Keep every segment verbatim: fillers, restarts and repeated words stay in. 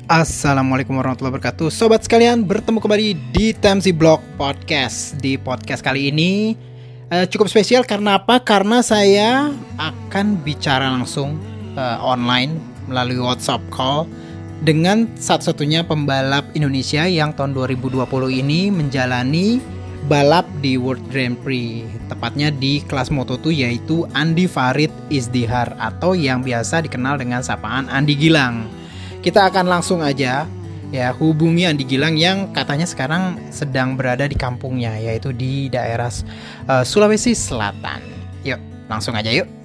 Assalamualaikum warahmatullahi wabarakatuh. Sobat sekalian, bertemu kembali di T M Z Blog Podcast. Di podcast kali ini uh, cukup spesial karena apa? Karena saya akan bicara langsung uh, online melalui WhatsApp call dengan satu-satunya pembalap Indonesia yang tahun dua ribu dua puluh ini menjalani balap di World Grand Prix, tepatnya di kelas Moto dua, yaitu Andi Farid Izdihar atau yang biasa dikenal dengan sapaan Andi Gilang. Kita akan langsung aja ya hubungi Andi Gilang yang katanya sekarang sedang berada di kampungnya, yaitu di daerah uh, Sulawesi Selatan. Yuk, langsung aja yuk.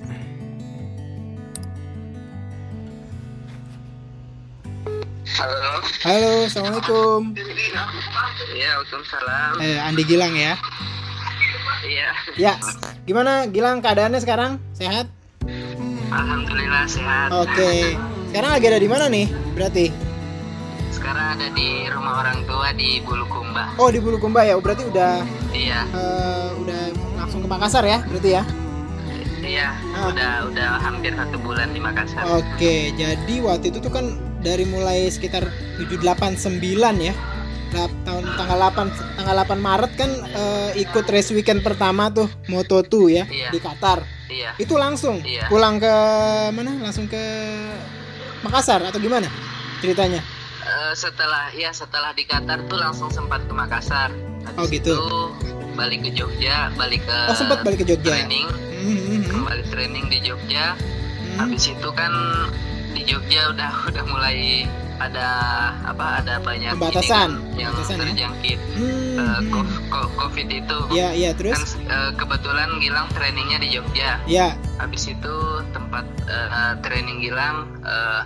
Halo. Halo, assalamualaikum. Iya, waalaikumsalam. Eh, Andi Gilang ya. Iya. Ya, gimana Gilang keadaannya sekarang? Sehat? Alhamdulillah sehat. Oke. Sekarang lagi ada di mana nih? Berarti? Sekarang ada di rumah orang tua di Bulukumba. Oh, di Bulukumba ya. Berarti udah Iya. uh, udah langsung ke Makassar ya? Berarti ya? Iya, Ah. udah udah hampir satu bulan di Makassar. Oke, jadi waktu itu tuh kan dari mulai sekitar tujuh delapan sembilan ya. Nah, tahun tanggal delapan tanggal delapan Maret kan uh, ikut race weekend pertama tuh Moto dua ya, Iya. di Qatar. Iya. Itu langsung Iya. pulang ke mana? Langsung ke Makassar atau gimana ceritanya? Eh, setelah ya setelah di Qatar tuh langsung sempat ke Makassar. Habis Oh, gitu. itu balik ke Jogja, balik ke Oh, sempat balik ke Jogja. training, Hmm, kembali training di Jogja. hmm. Habis itu kan di Jogja udah udah mulai ada apa ada banyak Pembatasan. ini kan yang Pembatasan ya? terjangkit Hmm, eh, hmm. co- co- COVID itu. Ya, iya, Kan terus? eh, kebetulan Gilang trainingnya di Jogja. Ya. Habis itu tempat eh, training Gilang eh,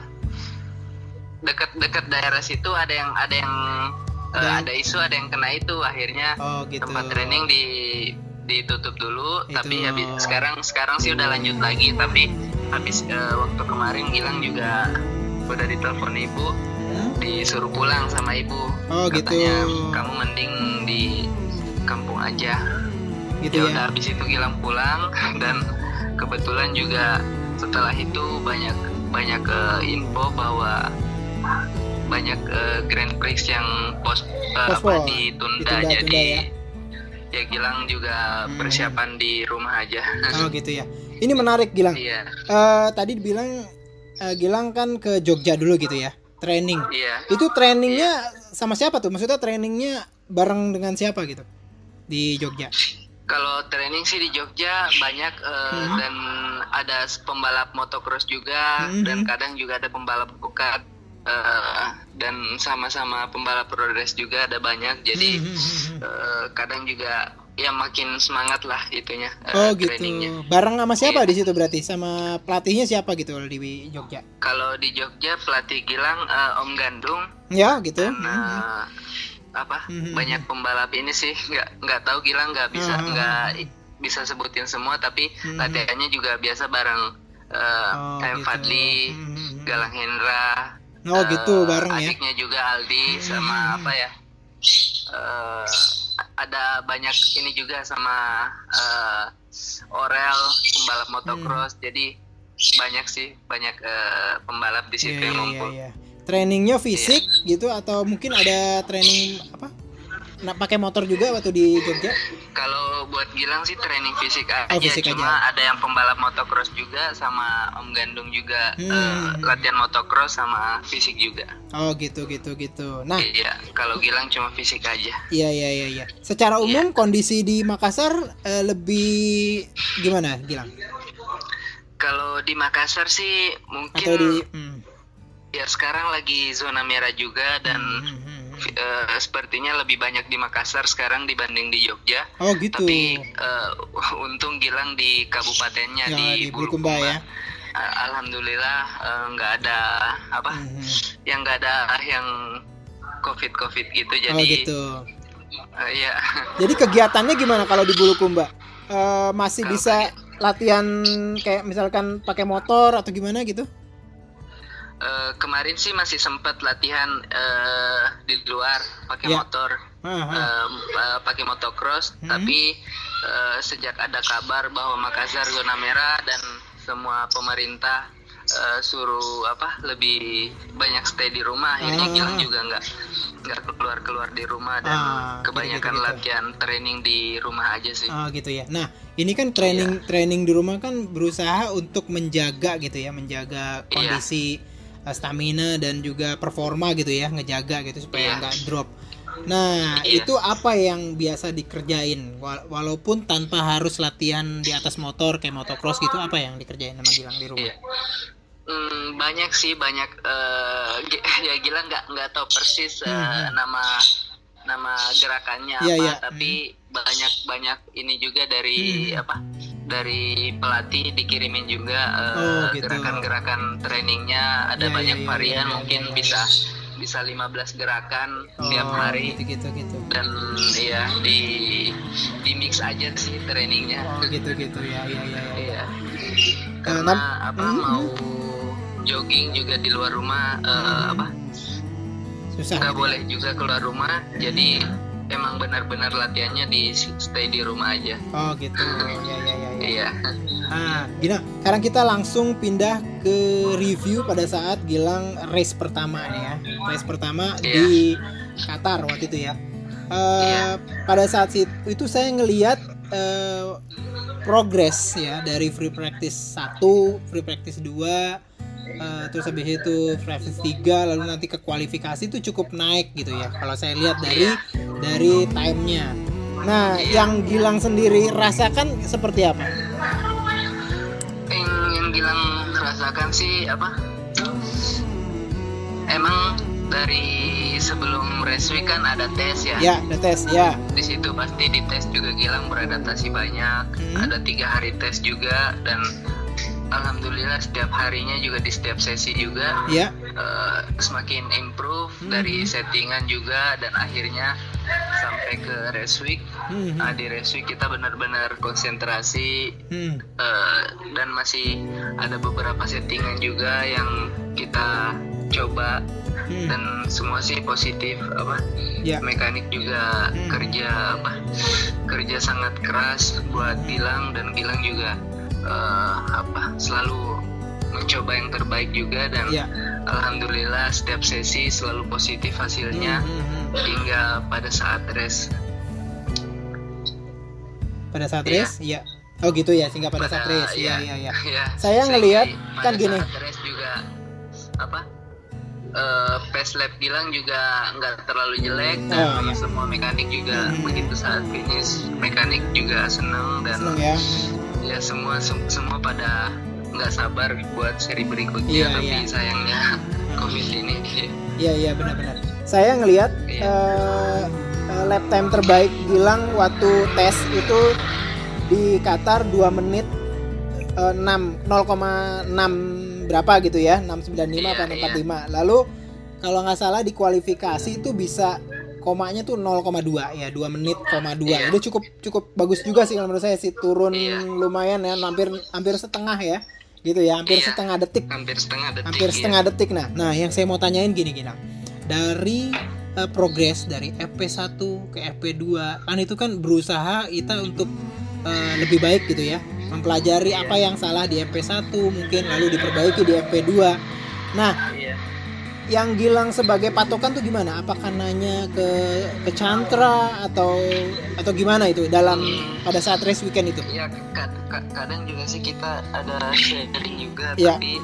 dekat-dekat daerah situ ada yang ada yang eh, Ada yang- ada isu ada yang kena itu, akhirnya Oh, gitu. tempat training di ditutup dulu. Itu. Tapi habis sekarang sekarang sih udah lanjut lagi, tapi habis eh, waktu kemarin Gilang juga udah ditelepon ibu, Hmm? disuruh pulang sama ibu. Oh, Katanya gitu. kamu mending di kampung aja. Gitu Ya ya. udah habis itu Gilang pulang dan kebetulan juga setelah itu banyak banyak eh, info bahwa banyak eh, Grand Prix yang pos eh, apa Postpone. ditunda, Ditunda, jadi tunda ya. ya Gilang juga Hmm. persiapan di rumah aja. Oh, gitu ya. Ini menarik Gilang. Iya, Eh, tadi dibilang eh, Gilang kan ke Jogja dulu gitu ya, training. iya. Itu trainingnya sama siapa tuh? Maksudnya trainingnya bareng dengan siapa gitu di Jogja? Kalau training sih di Jogja banyak eh, Hmm. dan ada pembalap motocross juga, Hmm. dan kadang juga ada pembalap go-kart eh, dan sama-sama pembalap road race juga ada banyak. Jadi Hmm, hmm, hmm, hmm. eh, kadang juga ya makin semangat lah itunya eh, Oh, gitu. trainingnya. Bareng sama siapa Iya. di situ berarti? Sama pelatihnya siapa gitu di Jogja? Kalau di Jogja pelatih Gilang eh, Om Gandung Ya, gitu. dan Hmm. eh, apa Hmm. banyak pembalap ini sih, nggak nggak taau Gilang nggak bisa Hmm. nggak i- bisa sebutin semua, tapi Hmm. latihannya juga biasa bareng eh Oh, M gitu. Fadli, Hmm. Galang Hendra. Oh, eh, gitu, bareng ya. Adiknya juga Aldi sama Hmm. apa ya? eh, ada banyak ini juga sama eh, Orel pembalap motocross. Jadi banyak sih banyak eh, pembalap di situ Iya, yang iya, ngumpul. iya, iya. Trainingnya fisik gitu atau mungkin ada training apa? Nah, pakai motor juga waktu di Jogja? Kalau buat Gilang sih training fisik aja, Oh, fisik cuma aja. ada yang pembalap motocross juga sama Om Gandung juga Hmm. eh, latihan motocross sama fisik juga. Oh, gitu gitu gitu. Nah, Iya, kalau Gilang cuma fisik aja. iya iya iya iya. Secara umum kondisi di Makassar eh, lebih gimana, Gilang? Kalau di Makassar sih mungkin Atau di hmm. ya sekarang lagi zona merah juga dan Hmm, hmm, hmm. eh, sepertinya lebih banyak di Makassar sekarang dibanding di Jogja. Oh, gitu. Tapi eh, untung Gilang di kabupatennya Ya, di, di Bulukumba ya. Eh, Alhamdulillah eh, nggak ada apa Hmm, hmm. yang nggak ada yang covid covid gitu, jadi Oh, gitu. eh, ya Jadi kegiatannya gimana kalau di Bulukumba? Eh, masih Kalau bisa latihan kayak misalkan pakai motor atau gimana gitu? Eh, kemarin sih masih sempat latihan eh, di luar pakai Ya. motor, Aha. em, eh, pakai motocross. Hmm. Tapi eh, sejak ada kabar bahwa Makassar zona merah dan semua pemerintah uh, suruh apa lebih banyak stay di rumah, akhirnya Ah. Gilang juga nggak nggak keluar keluar di rumah dan Ah, kebanyakan gitu, gitu, gitu. latihan training di rumah aja sih. Oh gitu ya. Nah ini kan training training di rumah kan berusaha untuk menjaga gitu ya, menjaga kondisi uh, stamina dan juga performa gitu ya, ngejaga gitu supaya Iya. nggak drop. Nah Iya. itu apa yang biasa dikerjain Wa- walaupun tanpa harus latihan di atas motor kayak motocross gitu, apa yang dikerjain sama Gilang di rumah? Iya. Hmm, banyak sih banyak eh, Gi- ya Gilang nggak nggak tahu persis eh, Hmm. nama nama gerakannya Iya, apa, iya. tapi banyak banyak ini juga dari Hmm. apa dari pelatih dikirimin juga eh, Oh, gitu. gerakan-gerakan trainingnya ada Iya, banyak iya, iya, varian, iya, mungkin iya, iya. bisa bisa lima belas gerakan Oh, tiap hari gitu gitu gitu. dan ya di di mix aja sih trainingnya. Oh gitu gitu ya ya ya. ya. Iya. Eh, Karena nam- apa Hmm. mau jogging juga di luar rumah eh, apa Susah. nggak gitu. boleh juga keluar rumah, jadi emang benar-benar latihannya di stay di rumah aja. Oh gitu ya ya ya. ya. Iya. Ah, Gina, sekarang kita langsung pindah ke review pada saat Gilang race pertama nih ya. Race pertama Iya. di Qatar waktu itu ya. Eh, Iya. Pada saat itu, itu saya ngelihat eh, progres ya dari free practice satu, free practice dua, eh, terus habis itu free practice tiga, lalu nanti ke kualifikasi itu cukup naik gitu ya. Kalau saya lihat dari dari time-nya. Nah, yang Gilang sendiri rasakan seperti apa? Yang yang Gilang rasakan sih apa? Emang dari sebelum race week kan ada tes ya. Ya, udah tes ya. Di situ pasti di tes juga Gilang beradaptasi banyak. Hmm. Ada tiga hari tes juga dan alhamdulillah setiap harinya juga di setiap sesi juga Ya. eh, semakin improve dari settingan juga dan akhirnya sampai ke race week. Hmm. Nah, di race week kita benar-benar konsentrasi Hmm. eh, dan masih ada beberapa settingan juga yang kita coba Hmm. dan semua sih positif apa Ya. mekanik juga Hmm. kerja apa kerja sangat keras buat Gilang dan Gilang juga eh, apa selalu mencoba yang terbaik juga dan Ya. alhamdulillah setiap sesi selalu positif hasilnya Hmm, hmm, hmm. hingga pada saat race. Pada saat Iya. race, ya. Oh gitu ya, sehingga pada saat race, ya iya, ya ya. iya. Saya Sehingga ngelihat pada kan gini. saat race juga apa eh, pace lap Gilang juga nggak terlalu jelek dan Oh, iya. semua mekanik juga Hmm. begitu saat finish mekanik juga senang dan Seneng ya. ya semua sem- semua pada nggak sabar buat seri berikutnya, Iya, tapi iya. sayangnya COVID ini Iya iya benar-benar. Saya ngelihat Iya. eh, eh, lap time terbaik Gilang waktu tes itu di Qatar dua menit eh, enam nol koma enam berapa gitu ya, enam sembilan lima Iya, atau enam empat iya. lima. Lalu kalau nggak salah di kualifikasi itu bisa komanya tuh nol koma dua ya, dua menit koma dua. Iya. Itu cukup cukup bagus juga sih kalau menurut saya sih, turun Iya. lumayan ya, hampir hampir setengah ya. Gitu ya, hampir Iya. setengah detik. hampir setengah detik. Hampir ya. setengah detik. Nah, nah yang saya mau tanyain gini gini. Dari eh, progres dari F P satu ke F P dua, kan itu kan berusaha kita untuk eh, lebih baik gitu ya. Mempelajari Iya. apa yang salah di F P satu mungkin lalu diperbaiki di F P dua. Nah, Iya. yang Gilang sebagai patokan tuh gimana? Apakah nanya ke ke Chantra atau atau gimana itu dalam pada saat race weekend itu? Ya kad- kad- kadang juga sih kita ada sharing juga, Iya. tapi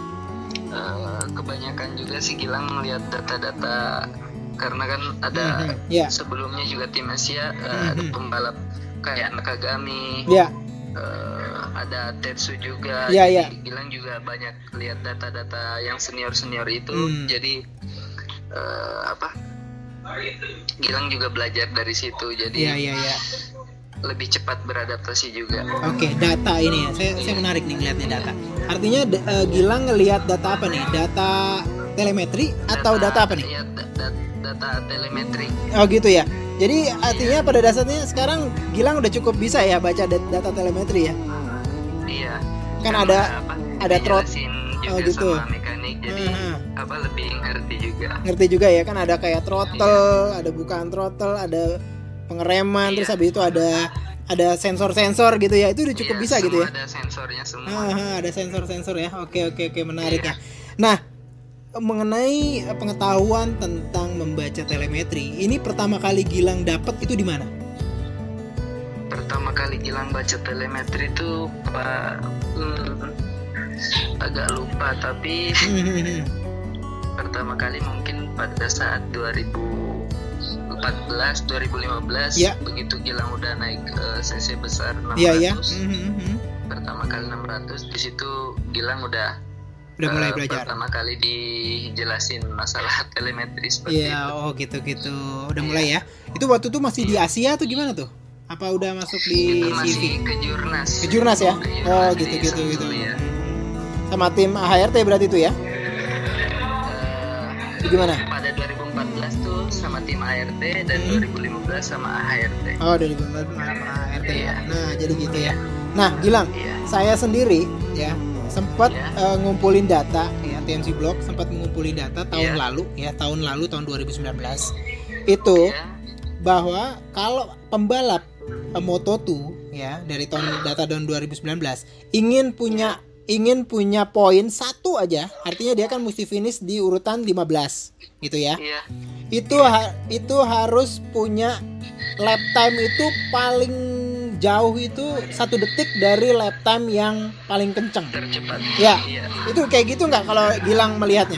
eh, kebanyakan juga sih Gilang melihat data-data karena kan ada Mhm, iya. sebelumnya juga tim Asia eh, ada Mhm. pembalap kayak Nakagami, Ya, eh, ada Tetsu juga. Iya, Jadi iya. Gilang juga banyak lihat data-data yang senior-senior itu, Hmm. jadi eh, apa? Gilang juga belajar dari situ, jadi iya iya iya. lebih cepat beradaptasi juga. Oke, data ini ya. Saya saya menarik nih ngeliatnya data. Artinya d- eh, Gilang ngelihat data apa nih? Data telemetri atau data apa nih? Iya, da- da- data telemetri. Oh gitu ya. Jadi artinya pada dasarnya sekarang Gilang udah cukup bisa ya baca dat- data telemetri ya. Iya. Kan Karena ada apa, ada trot. dijelasin juga Oh, gitu. sama mekanik, jadi Hmm. apa lebih ngerti juga. Ngerti juga ya, kan ada kayak throttle, ada bukaan throttle, ada pengereman, Iya. terus habis itu ada ada sensor-sensor gitu ya, itu udah cukup Iya, bisa gitu ya. Ada sensornya semua. Ah, ada sensor-sensor ya. Oke oke oke menarik Iya. ya. Nah, mengenai pengetahuan tentang membaca telemetri, ini pertama kali Gilang dapat itu di mana? Pertama kali Gilang baca telemetri itu Pak, hmm, agak lupa, tapi pertama kali mungkin pada saat dua ribu empat belas dua ribu lima belas Ya. begitu Gilang udah naik ke cc besar enam ratus. Iya ya. Pertama kali enam ratus, di situ Gilang udah Udah mulai eh, belajar. pertama kali dijelasin masalah telemetri seperti Iya, itu. oh gitu-gitu. Udah mulai ya. Itu waktu itu masih di Asia atau gimana tuh? Apa udah masuk di Itu C V? masih ke Jurnas. Ke Jurnas ya? Ke Jurnas Oh di gitu-gitu gitu. Sentul, ya. Sama tim A H R T berarti itu ya? Eh, Gimana? pada dua ribu empat belas tuh sama tim A R T dan Hmm. dua ribu lima belas sama A H R T. Oh dari benar sama A H R T ya. Iya. Nah jadi gitu ya. Nah Gilang, Iya. saya sendiri ya sempat Iya. eh, ngumpulin data ya, T M C Block sempat mengumpulin data tahun Iya. lalu ya, tahun lalu tahun dua ribu sembilan belas itu Ya, bahwa kalau pembalap eh, Moto dua ya dari tahun data tahun dua ribu sembilan belas ingin punya ingin punya poin satu aja, artinya dia kan mesti finish di urutan lima belas gitu ya. iya, Itu ha- itu harus punya lap time itu paling jauh itu satu detik dari lap time yang paling kenceng. tercepat. Ya. Iya. Itu kayak gitu nggak kalau Gilang melihatnya?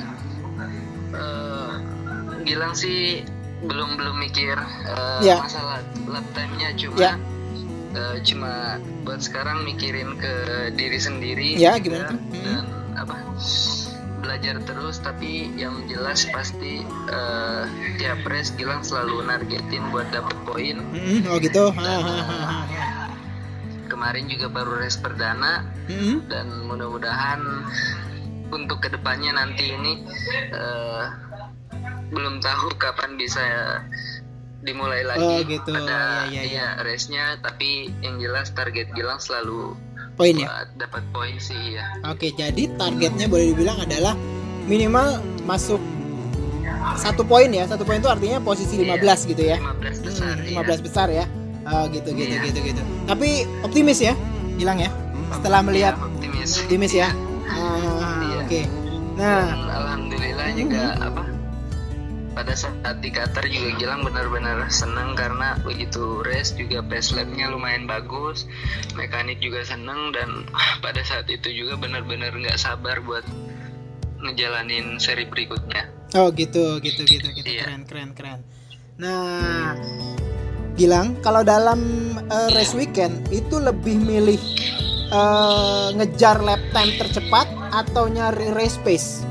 Eh, Gilang sih belum belum mikir eh, Ya. masalah lap time-nya, cuma Ya. eh, cuma buat sekarang mikirin ke diri sendiri. Ya, juga, gimana tuh? Hmm. Dan apa? Belajar terus, tapi yang jelas pasti eh, tiap race Gilang selalu nargetin buat dapet poin. Mm-mm, oh gitu. Ha, ha, ha, ha. Kemarin juga baru race perdana, Mm-mm. dan mudah-mudahan untuk kedepannya nanti ini eh, belum tahu kapan bisa dimulai lagi. Oh, gitu. Ada Ya, ya, ya. iya, race-nya, tapi yang jelas target Gilang selalu Poin ya. buat dapat poin sih ya. Oke, jadi targetnya boleh dibilang adalah minimal masuk satu poin ya. Satu poin itu artinya posisi lima belas gitu ya. lima belas besar. Hmm, iya. lima belas besar ya. Oh, gitu gitu Iya. gitu gitu. Tapi optimis ya, Gilang ya. Setelah melihat Iya, optimis. optimis ya. Ah, Iya. oke. Nah, Dan alhamdulillah juga apa? Pada saat di Qatar juga Gilang benar-benar seneng karena begitu race juga pace lap-nya lumayan bagus, mekanik juga seneng, dan pada saat itu juga benar-benar nggak sabar buat ngejalanin seri berikutnya. oh gitu gitu gitu gitu. Iya. Keren keren keren. Nah, Gilang, kalau dalam eh, race weekend itu lebih milih eh, ngejar lap time tercepat atau nyari race pace?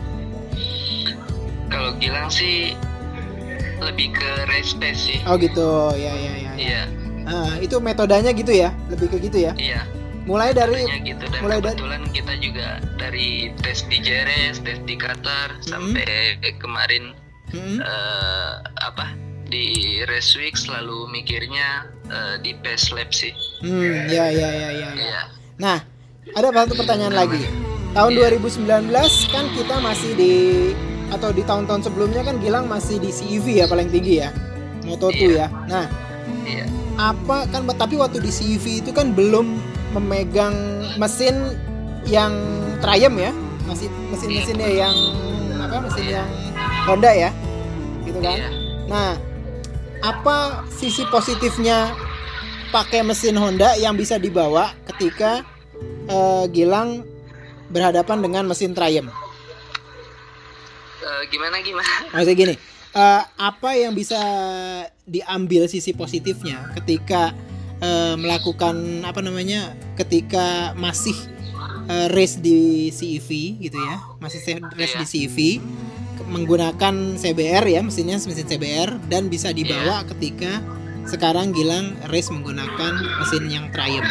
Kalau Gilang sih lebih ke race pace sih. Oh gitu, ya ya ya. ya. Iya, Ah, itu metodenya gitu ya, lebih ke gitu ya. iya. Mulai dari Katanya gitu, dan mulai dari kebetulan kita juga dari tes di Jerez, tes di Qatar sampai kemarin Hmm, eh, apa di race week selalu mikirnya eh, di pace lap sih. hmm, ya ya ya ya ya. Iya. Nah, ada satu pertanyaan lagi. Tahun Iya. dua ribu sembilan belas kan kita masih di atau di tahun-tahun sebelumnya kan Gilang masih di C E V ya paling tinggi ya, Moto dua ya. Iya. Nah, Iya. apa kan tapi waktu di C E V itu kan belum memegang mesin yang Triumph ya, masih mesin-mesinnya yang apa mesin Iya. yang Honda ya, gitu kan. Iya. Nah, apa sisi positifnya pakai mesin Honda yang bisa dibawa ketika eh, Gilang berhadapan dengan mesin Triumph? Eh, gimana gimana? Maksudnya gini, eh, apa yang bisa diambil sisi positifnya ketika eh, melakukan apa namanya, ketika masih eh, race di C E V gitu ya, masih se- race Iya. di C E V ke- menggunakan C B R ya, mesinnya mesin C B R, dan bisa dibawa ketika sekarang Gilang race menggunakan mesin yang Triumph.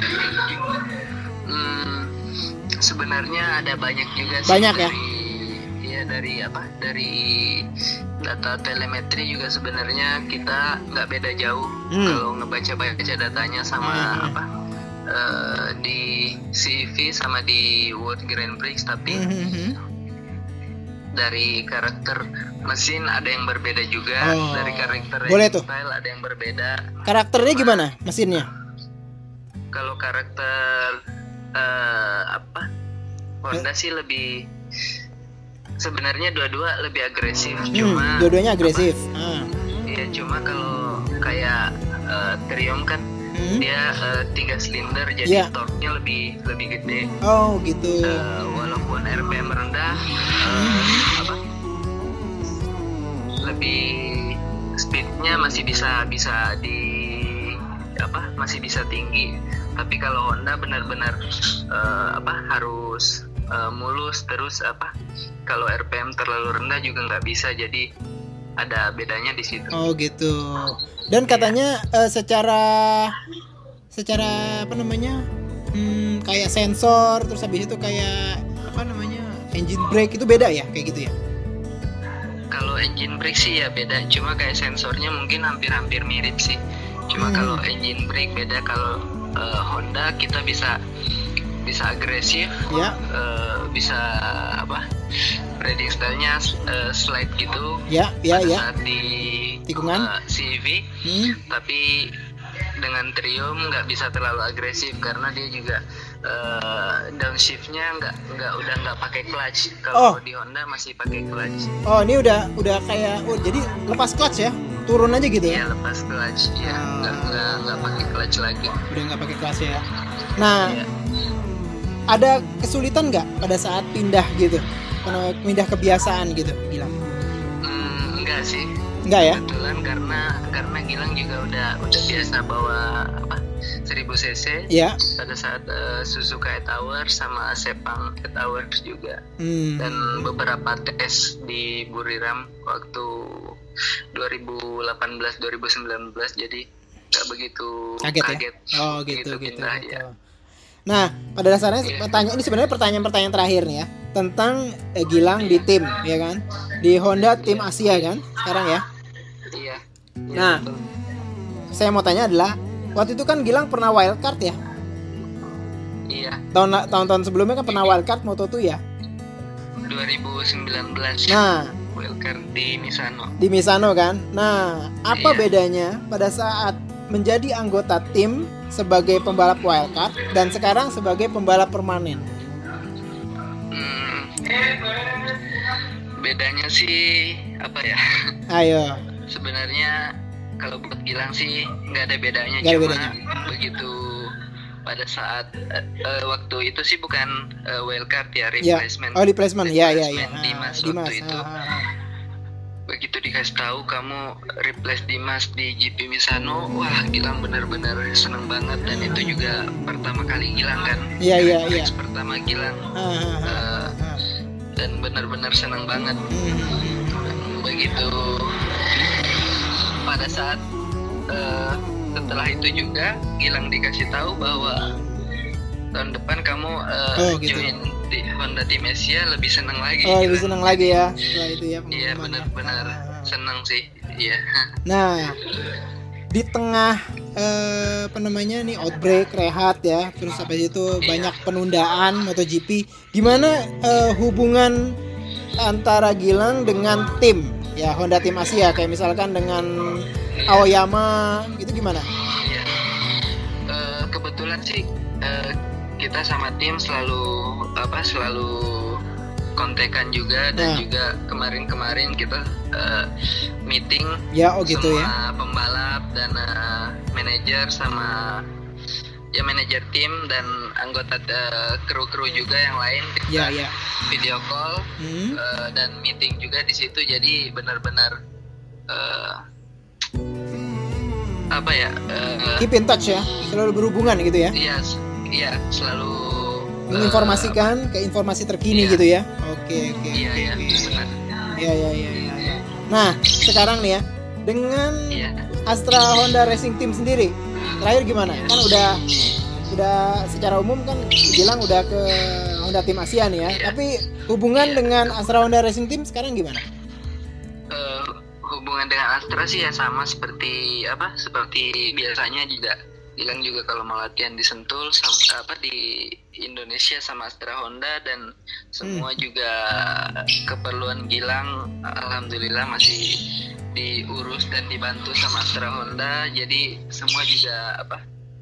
Hmm, sebenarnya ada banyak juga sih. Banyak ya? dari, Iya, dari apa? Dari data telemetri juga sebenarnya kita nggak beda jauh Hmm. kalau ngebaca-baca datanya sama Hmm. apa? eh, di C V sama di World Grand Prix, tapi Mhm. dari karakter mesin ada yang berbeda juga, Oh, dari karakter boleh racing tuh. style ada yang berbeda. Karakternya gimana mesinnya? kalau karakter uh, apa Honda sih lebih sebenarnya dua-dua lebih agresif, hmm, cuma dua-duanya agresif. Ah. Iya, cuma kalau kayak uh, Triumph kan hmm? dia uh, tiga silinder, jadi yeah. torque-nya lebih lebih gede. Oh gitu. Uh, walaupun R P M rendah, uh, apa lebih speednya masih bisa bisa di apa masih bisa tinggi. Tapi kalau Honda benar-benar uh, apa harus uh, mulus terus apa. Kalau R P M terlalu rendah juga nggak bisa, jadi ada bedanya di situ. Oh gitu. Dan katanya yeah. uh, secara secara apa namanya hmm, kayak sensor, terus habis itu kayak apa namanya engine brake itu beda ya, kayak gitu ya? Kalau engine brake sih ya beda, cuma kayak sensornya mungkin hampir-hampir mirip sih. Cuma hmm. kalau engine brake beda. Kalau uh, Honda kita bisa bisa agresif, ya. uh, bisa apa? Riding style-nya uh, slide gitu. Ya, ya, pada ya. saat di tikungan uh, C V, hmm. tapi dengan Triumph nggak bisa terlalu agresif karena dia juga uh, downshift-nya nggak nggak udah nggak pakai clutch. Kalau oh. di Honda masih pakai clutch. Oh, ini udah udah kayak oh, jadi lepas clutch ya? Turun aja gitu ya? Iya, lepas clutch. Iya, oh. nggak nggak nggak pakai clutch lagi. Udah nggak pakai clutch ya. Nah, ya. Ada kesulitan nggak pada saat pindah gitu? Pindah kebiasaan gitu, Gilang? Hmm, enggak sih. Enggak ya? Kebetulan karena karena Gilang juga udah udah biasa bawa apa seribu cc. Iya. Pada saat uh, Suzuka E-Tower sama Sepang E-Tower juga. Hmm. Dan beberapa tes di Buriram waktu dua ribu delapan belas dua ribu sembilan belas, jadi nggak begitu kaget, kaget ya? Oh gitu gitu. Pindah, gitu. Ya. Nah, pada dasarnya yeah. pertanyaan ini sebenarnya pertanyaan-pertanyaan terakhir nih ya tentang eh, Gilang di tim, ya kan? Di Honda tim Asia kan sekarang ya? Iya. Nah, betul. Saya mau tanya adalah waktu itu kan Gilang pernah wildcard ya? Iya. Tahun tahun-tahun sebelumnya kan pernah wildcard Moto dua ya? dua ribu sembilan belas. Nah, wildcard di Misano. Di Misano kan? Nah, apa iya. bedanya pada saat menjadi anggota tim sebagai pembalap wildcard dan sekarang sebagai pembalap permanen? Hmm, bedanya sih apa ya? Ayo. Sebenarnya kalau buat Gilang sih nggak ada bedanya, gak cuma bedanya. Begitu pada saat uh, uh, waktu itu sih bukan uh, wildcard ya, replacement. Ya. Oh, replacement, ya ya ya. Dimas ah, waktu Dimas. itu. Ah, ah. Begitu dikasih tahu kamu replace Dimas di G P Misano, wah Gilang benar-benar seneng banget. Dan itu juga pertama kali Gilang kan. Iya iya iya. Pertama Gilang. Ah, ah, ah, uh, ah. Dan benar-benar seneng banget. Hmm. Dan begitu pada saat uh, setelah itu juga Gilang dikasih tahu bahwa tahun depan kamu uh, oh, gitu. join di Honda Team Asia, lebih senang lagi. Oh, lebih senang lagi ya setelah itu ya. Iya, benar-benar ah. senang sih. Iya. Nah, di tengah eh, apa namanya nih outbreak, rehat ya, terus sampai itu iya. banyak penundaan MotoGP. Gimana eh, hubungan antara Gilang dengan tim ya Honda Team Asia, kayak misalkan dengan Aoyama itu gimana? Iya. Uh, kebetulan sih uh, kita sama tim selalu apa selalu kontekan juga, dan nah. juga kemarin-kemarin kita uh, meeting ya, oh gitu semua ya. pembalap dan uh, manajer sama ya manajer tim dan anggota uh, kru-kru juga yang lain, kita ya, ya. video call hmm. uh, dan meeting juga di situ, jadi benar-benar uh, apa ya uh, keep in touch ya, selalu berhubungan gitu ya. Iya, iya selalu menginformasikan uh, ke informasi terkini iya. gitu ya. Oke oke iya, oke. Iya benar. Iya iya iya iya. Nah sekarang nih ya dengan iya. Astra Honda Racing Team sendiri terakhir gimana? Kan udah udah secara umum kan bilang udah ke Honda Team Asia nih ya. Iya. Tapi hubungan iya. dengan Astra Honda Racing Team sekarang gimana? Uh, hubungan dengan Astra sih ya sama seperti apa? Seperti biasanya juga. Gilang juga kalau mau latihan di Sentul sama apa di Indonesia sama Astra Honda, dan semua hmm. juga keperluan Gilang alhamdulillah masih diurus dan dibantu sama Astra Honda. Jadi semua juga apa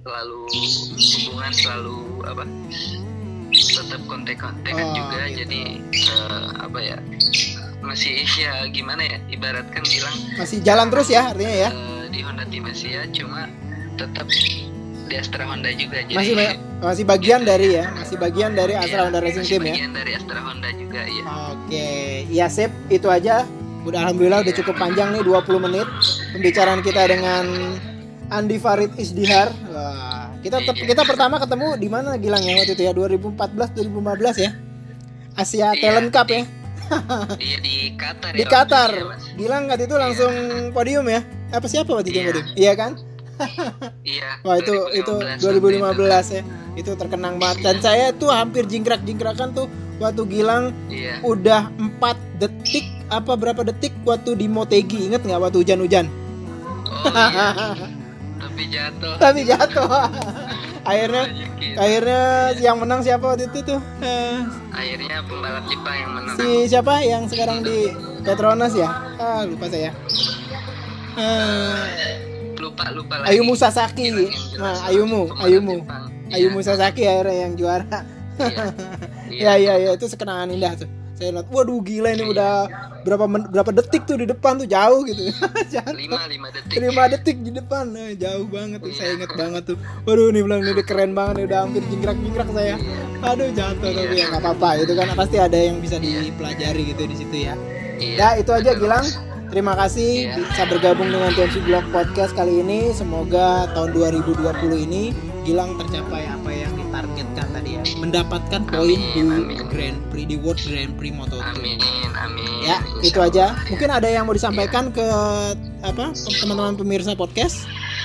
selalu hubungan selalu apa tetap kontek-kontekan Oh, juga gitu. jadi uh, apa ya masih ya gimana ya ibaratkan bilang Masih jalan terus ya artinya ya. uh, di Honda Team Asia cuma tetap di Astra Honda juga jadi Masih ba- masih bagian dari ya, masih bagian dari iya, Astra Honda Racing masih Team ya. bagian dari Astra Honda juga ya. Oke, ya sip, itu aja. Udah alhamdulillah udah cukup panjang nih dua puluh menit pembicaraan kita dengan Andi Farid Isdihar. Wah, kita te- kita pertama ketemu di mana Gilang ya waktu itu ya dua ribu empat belas dua ribu lima belas ya. Asia Iya, Talent Cup ya. Iya di Qatar Di ya, Qatar. waktu itu ya, Mas. Gilang waktu itu langsung podium ya. Apa siapa waktu itu yang Iya. podium? Iya kan? Iya. Wah itu itu dua ribu lima belas ya. Itu terkenang banget dan saya tuh hampir jingkrak-jingkrakan tuh waktu Gilang Iya. udah empat detik apa berapa detik waktu di Motegi, inget nggak waktu hujan-hujan? Oh iya. Tapi jatuh. Tapi jatuh. akhirnya Gitu. akhirnya yang menang siapa waktu itu tuh? Eh, Akhirnya pembalap Jepang yang menang. si siapa yang sekarang di Petronas ya? Ah lupa saya. Eh, Lupa lupa lagi. Ayumu Sasaki. Gilang yang jelas Nah, Ayumu, pembalap Ayumu. Jepang. Iya. Ayumu Sasaki akhirnya yang juara. Iya. Iya iya iya itu sekenangan indah tuh. Saya lihat, waduh gila ini udah berapa men- berapa detik tuh di depan tuh jauh gitu. Jatuh. Lima lima detik. lima detik di depan, nah, jauh banget tuh. Saya ingat banget tuh. Waduh nih bilang ini keren banget nih udah hampir jingkrak-jingkrak saya. Aduh jatuh tapi ya nggak apa-apa. Itu kan pasti ada yang bisa dipelajari gitu di situ ya. Iya. Ya itu aja Gilang. Terima kasih Iya. bisa bergabung dengan T M C Blog Podcast kali ini. Semoga tahun dua ribu dua puluh ini Gilang tercapai apa yang ditargetkan tadi ya. Mendapatkan poin di amin. Grand Prix di World Grand Prix Moto dua. Amin amin. Ya, Insya itu aja. Allah, ya. Mungkin ada yang mau disampaikan ke apa teman-teman pemirsa podcast?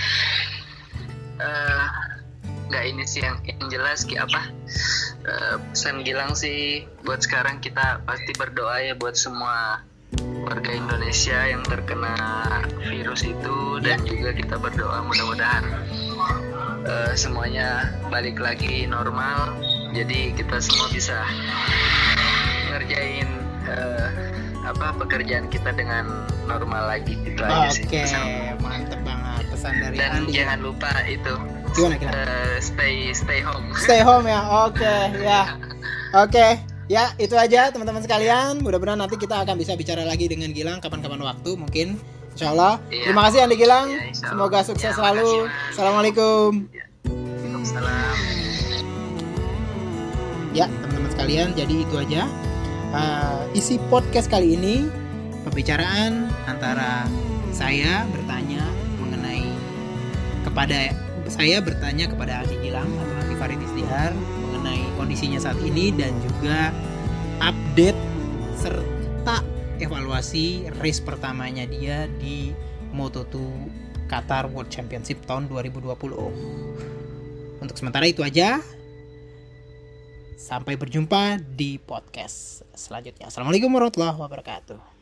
Eh, nggak ini sih yang, yang jelas ki apa eh, pesan Gilang sih buat sekarang kita pasti berdoa ya buat semua warga Indonesia yang terkena virus itu dan juga kita berdoa mudah-mudahan eh, semuanya balik lagi normal jadi kita semua bisa ngerjain eh, apa pekerjaan kita dengan normal lagi gitu aja sih Oke, pesan. mantep banget pesan dari Dan Andi. jangan lupa itu Gimana Gilang? eh, stay stay home. Stay home ya. Oke, ya. Oke. Ya, itu aja teman-teman sekalian. Mudah-mudahan nanti kita akan bisa bicara lagi dengan Gilang kapan-kapan waktu mungkin. Insya Allah. Iya. Terima kasih Andi Gilang. Iya, insya Allah. Semoga sukses Ya, selalu. makasih, Mas. Assalamualaikum. Waalaikumsalam. Ya, teman-teman sekalian, jadi itu aja uh, isi podcast kali ini. Pembicaraan antara saya bertanya mengenai kepada saya bertanya kepada Andi Gilang atau Andi Farid Isdihar mengenai kondisinya saat ini dan juga update serta evaluasi race pertamanya dia di Moto dua Qatar World Championship tahun dua ribu dua puluh. Untuk sementara itu aja. Sampai berjumpa di podcast selanjutnya. Assalamualaikum warahmatullahi wabarakatuh.